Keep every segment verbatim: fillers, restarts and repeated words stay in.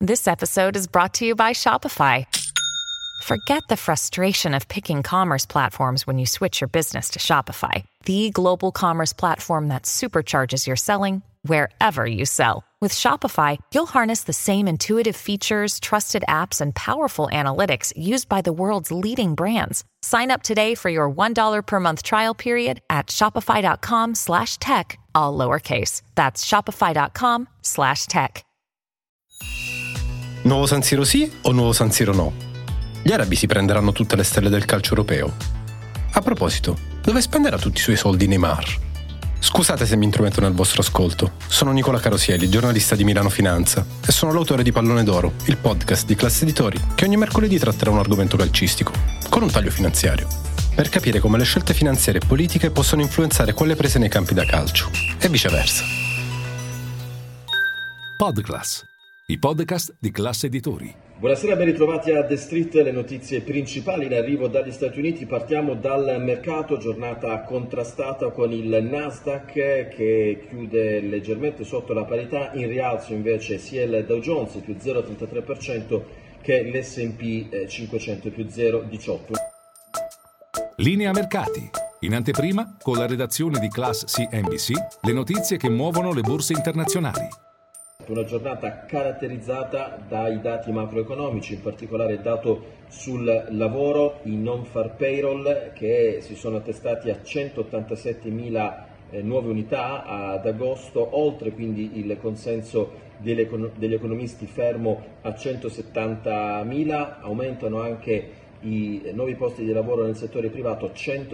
This episode is brought to you by Shopify. Forget the frustration of picking commerce platforms when you switch your business to Shopify, the global commerce platform that supercharges your selling wherever you sell. With Shopify, you'll harness the same intuitive features, trusted apps, and powerful analytics used by the world's leading brands. Sign up today for your one dollar per month trial period at shopify.com slash tech, all lowercase. That's shopify.com slash tech. Nuovo San Siro sì o nuovo San Siro no? Gli arabi si prenderanno tutte le stelle del calcio europeo. A proposito, dove spenderà tutti i suoi soldi Neymar? Scusate se mi intrometto nel vostro ascolto. Sono Nicola Carosieli, giornalista di Milano Finanza, e sono l'autore di Pallone d'Oro, il podcast di Classe Editori che ogni mercoledì tratterà un argomento calcistico, con un taglio finanziario, per capire come le scelte finanziarie e politiche possono influenzare quelle prese nei campi da calcio, e viceversa. Podclass, i podcast di Classe Editori. Buonasera, ben ritrovati a The Street, le notizie principali in arrivo dagli Stati Uniti. Partiamo dal mercato, giornata contrastata con il Nasdaq che chiude leggermente sotto la parità, in rialzo invece sia il Dow Jones più zero virgola trentatré per cento che l'S and P cinquecento più zero virgola diciotto. Linea mercati. In anteprima, con la redazione di Class C N B C, le notizie che muovono le borse internazionali. Una giornata caratterizzata dai dati macroeconomici, in particolare il dato sul lavoro, i non-farm payroll che si sono attestati a centottantasettemila eh, nuove unità ad agosto, oltre quindi il consenso degli, econ- degli economisti fermo a centosettantamila, aumentano anche i nuovi posti di lavoro nel settore privato,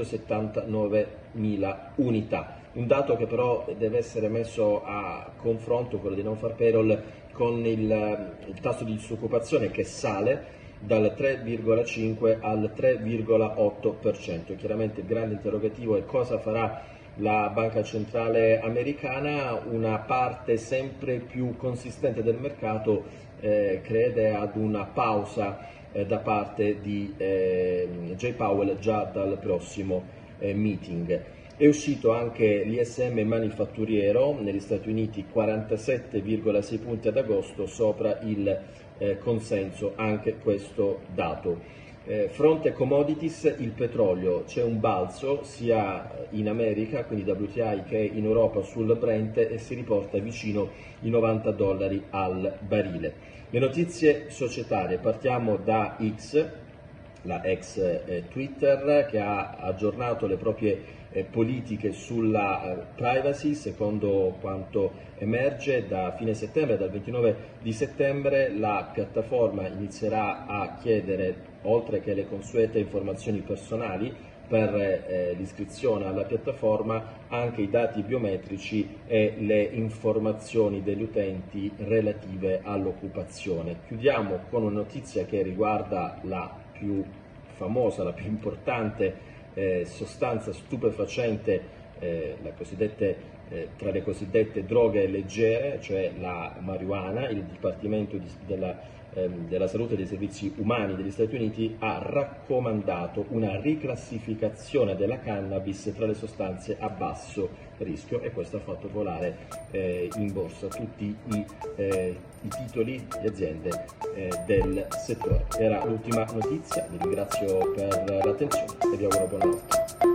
centosettantanovemila unità. Un dato che però deve essere messo a confronto, quello di non farm payroll, con il, il tasso di disoccupazione che sale dal tre virgola cinque al tre virgola otto per cento. Chiaramente il grande interrogativo è cosa farà la Banca Centrale Americana. Una parte sempre più consistente del mercato eh, crede ad una pausa eh, da parte di eh, Jay Powell già dal prossimo eh, meeting. È uscito anche l'I S M manifatturiero negli Stati Uniti, quarantasette virgola sei punti ad agosto, sopra il eh, consenso anche questo dato. Eh, fronte commodities, il petrolio, c'è un balzo sia in America, quindi W T I, che in Europa sul Brent, e si riporta vicino i novanta dollari al barile. Le notizie societarie, partiamo da X, la ex eh, Twitter, che ha aggiornato le proprie eh, politiche sulla eh, privacy. Secondo quanto emerge, da fine settembre, dal ventinove di settembre, la piattaforma inizierà a chiedere, oltre che le consuete informazioni personali per eh, l'iscrizione alla piattaforma, anche i dati biometrici e le informazioni degli utenti relative all'occupazione. Chiudiamo con una notizia che riguarda la più famosa, la più importante eh, sostanza stupefacente, eh, la cosiddette, eh, tra le cosiddette droghe leggere, cioè la marijuana. Il Dipartimento di, della, ehm, della Salute e dei Servizi Umani degli Stati Uniti ha raccomandato una riclassificazione della cannabis tra le sostanze a basso rischio, e questo ha fatto volare eh, in borsa tutti i, eh, i titoli di aziende eh, del settore. Era l'ultima notizia, vi ringrazio per l'attenzione e vi auguro buonanotte.